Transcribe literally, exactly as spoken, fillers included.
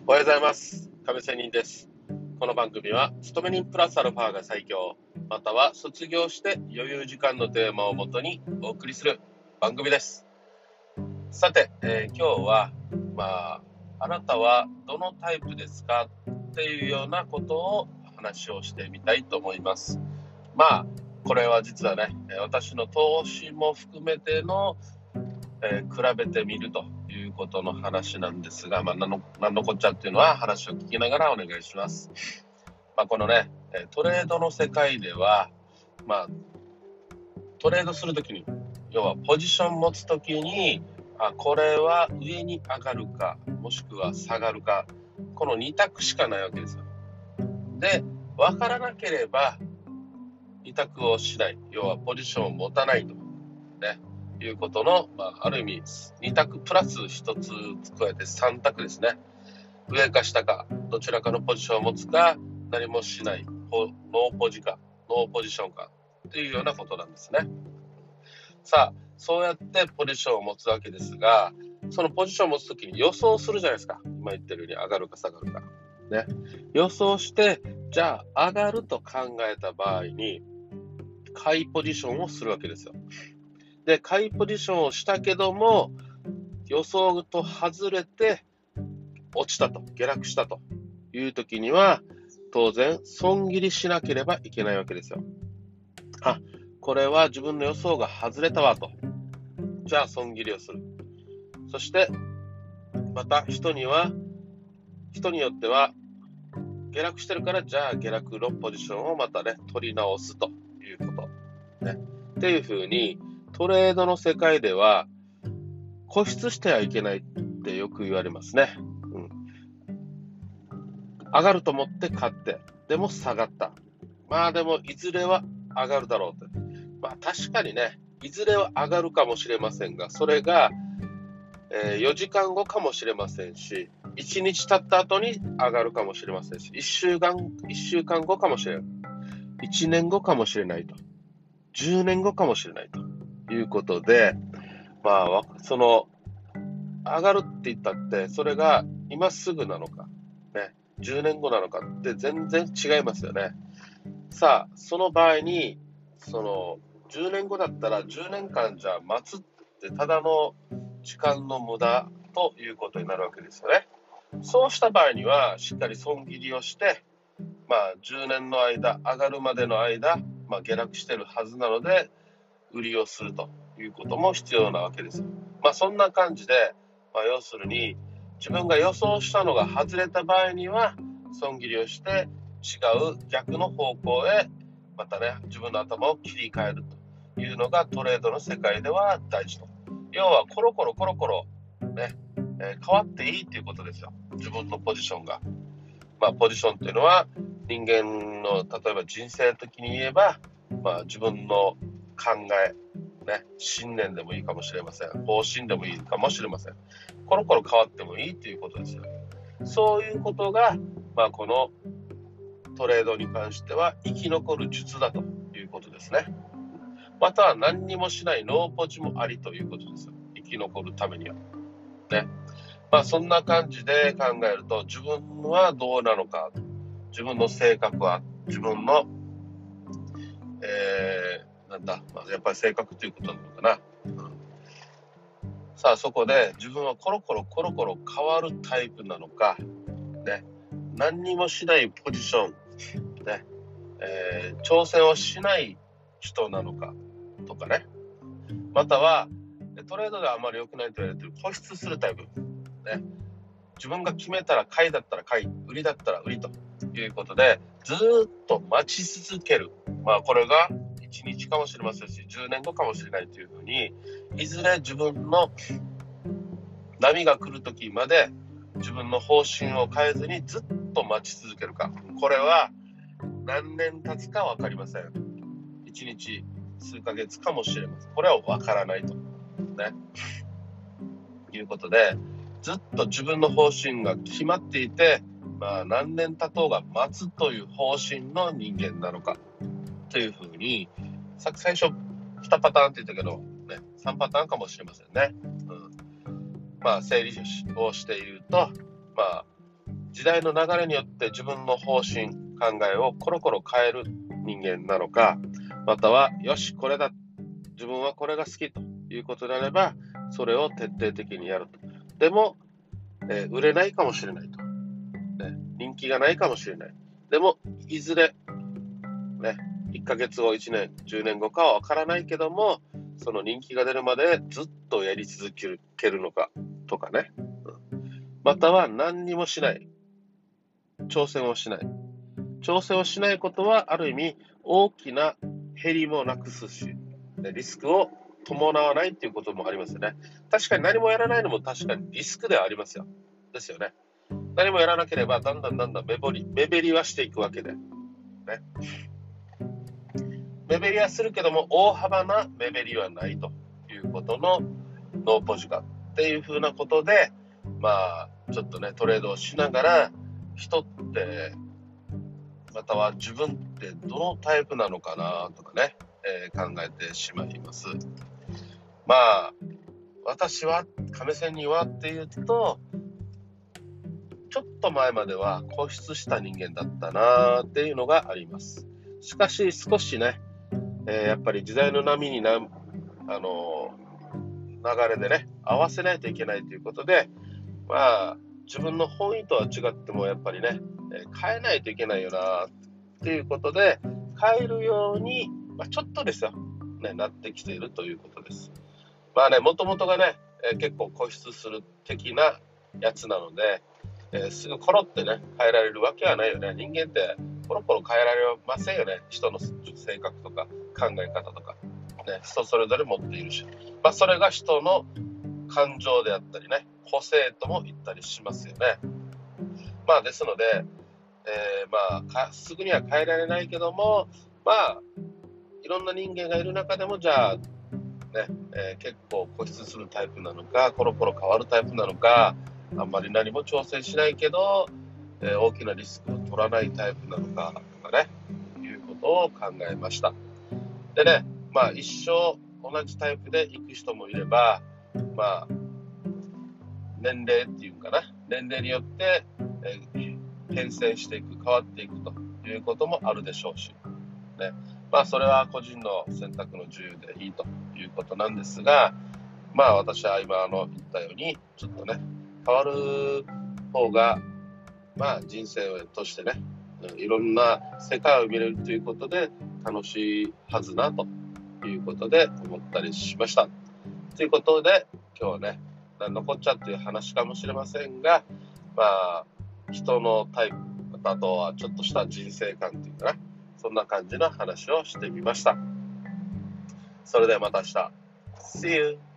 おはようございます。亀仙人です。この番組は勤め人プラスアルファが最強、または卒業して余裕時間のテーマをもとにお送りする番組です。さて、えー今日はまああなたはどのタイプですかっていうようなことを話をしてみたいと思います。まあこれは実はね、えー私の投資も含めての、えー比べてみるということの話なんですが、まあ、何の、何のこっちゃっていうのは話を聞きながらお願いします。まあ、このね、えートレードの世界では、まあ、トレードするときに、要はポジション持つときに、あ、これは上に上がるか、もしくは下がるか、このに択しかないわけですよ。で、分からなければ、に択をしない、要はポジションを持たないと、ね、いうことの、まあ、ある意味に択プラスひとつ加えてさん択ですね。上か下か、どちらかのポジションを持つか、何もしない、ノーポジか、ノーポジションかというようなことなんですね。さあ、そうやってポジションを持つわけですが、そのポジションを持つときに予想するじゃないですか。今言ってるように上がるか下がるか。ね、予想して、じゃあ上がると考えた場合に、買いポジションをするわけですよ。で、買いポジションをしたけども、予想と外れて落ちたと、下落したというときには、当然損切りしなければいけないわけですよ。あ、これは自分の予想が外れたわと。じゃあ損切りをする。そしてまた人には人によっては下落してるから、じゃあ下落のポジションをまたね取り直すということね。っていう風にトレードの世界では固執してはいけないってよく言われますね。うん、上がると思って買って、でも下がった。まあでもいずれは上がるだろうと。まあ確かにね、いずれは上がるかもしれませんが、それが、えーよじかんごかもしれませんし、いちにち経った後に上がるかもしれませんし、いっしゅうかん、いっしゅうかんごかもしれない。いちねんごかもしれないと。じゅうねんごかもしれないということで、まあ、その、上がるって言ったって、それが今すぐなのか、ね、じゅうねんごなのかって全然違いますよね。さあ、その場合に、その、じゅうねんごだったらじゅうねんかんじゃ待つってただの時間の無駄ということになるわけですよね。そうした場合には、しっかり損切りをして、まあ、じゅうねんの間、上がるまでの間、まあ、下落してるはずなので、売りをするということも必要なわけです。まあ、そんな感じで、まあ、要するに、自分が予想したのが外れた場合には、損切りをして、違う逆の方向へ、またね、自分の頭を切り替えるというのがトレードの世界では大事と。要は、コロコロコロコロ、ね、えー変わっていいということですよ。自分のポジションが。まあ、ポジションというのは、人間の、例えば人生的に言えば、まあ、自分の考え、ね、信念でもいいかもしれません。方針でもいいかもしれません。コロコロ変わってもいいということですよ。そういうことが、まあ、このトレードに関しては生き残る術だということですね。または何にもしないノーポジもありということですよ。生き残るためには。ね。まあ、そんな感じで考えると、自分はどうなのか、自分の性格は、自分の、えー、なんだ、まあ、やっぱり性格ということなのかな。うん、さあ、そこで自分はコロコロコロコロ変わるタイプなのか、ね、何にもしないポジション、ね、えー、挑戦をしない人なのかとかね、またはトレードではあまり良くないと言われている固執するタイプ、ね、自分が決めたら買いだったら買い、売りだったら売りということで、ずっと待ち続ける。まあこれがいちにちかもしれませんし、じゅうねんごかもしれないというふうに、いずれ自分の波が来る時まで自分の方針を変えずにずっと待ち続けるか。これは何年経つか分かりません。いちにち、数ヶ月かもしれません。これは分からないと。ね。いうことで、ずっと自分の方針が決まっていて、まあ、何年経とうが待つという方針の人間なのかというふうに、さ最初にパターンって言ったけど、ね、さんパターンかもしれませんね。うん、まあ整理をしていると、まあ、 時代の流れによって自分の方針、考えをコロコロ変える人間なのか、または、よし、これだ、自分はこれが好きということであれば、それを徹底的にやると。でも、えー売れないかもしれないと、ね。人気がないかもしれない。でも、いずれ、ね、いっかげつご、いちねん、じゅうねんごかはわからないけども、その人気が出るまでずっとやり続けるのかとかね。または何にもしない。挑戦をしない。挑戦をしないことはある意味大きな減りもなくすし、リスクを伴わないということもありますよね。確かに何もやらないのも確かにリスクではありますよ。ですよね。何もやらなければだんだんだんだん目減り、目減りはしていくわけで。ね。目減りはするけども大幅な目減りはないということのノーポジ化っていうふうなことで、まあちょっとねトレードをしながら、人ってまたは自分ってどのタイプなのかなとかね、えー考えてしまいます。まあ私は亀仙人はっていうと、ちょっと前までは固執した人間だったなっていうのがあります。しかし少しね、えーやっぱり時代の波にな、あのー流れでね合わせないといけないということで、まあ自分の本意とは違ってもやっぱりね、えー変えないといけないよなっていうことで、変えるように、まあ、ちょっとですよ、ね、なってきているということです。まあね、もともとがね、えー結構固執する的なやつなので、えーすぐコロってね変えられるわけはないよね。人間ってコロコロ変えられませんよね。人の性格とか考え方とか、ね、人それぞれ持っているし、まあ、それが人の感情であったりね、個性とも言ったりしますよね。まあですので、えー、まあかすぐには変えられないけども、まあいろんな人間がいる中でも、じゃあね、えー結構固執するタイプなのか、コロコロ変わるタイプなのか、あんまり何も挑戦しないけど、えー大きなリスクを取らないタイプなのかとかね、いうことを考えました。でね、まあ一生同じタイプで行く人もいれば、まあ年齢っていうかな、年齢によって、えー変遷していく、変わっていくということもあるでしょうし、ね、まあそれは個人の選択の自由でいいということなんですが、まあ私は今あの言ったようにちょっとね変わる方がまあ人生としてね、いろんな世界を見れるということで楽しいはずなということで思ったりしました。ということで今日はね、何のこっちゃっていう話かもしれませんが、まあ人のタイプ、あとはちょっとした人生観っていうかな、そんな感じの話をしてみました。それではまた明日。See you!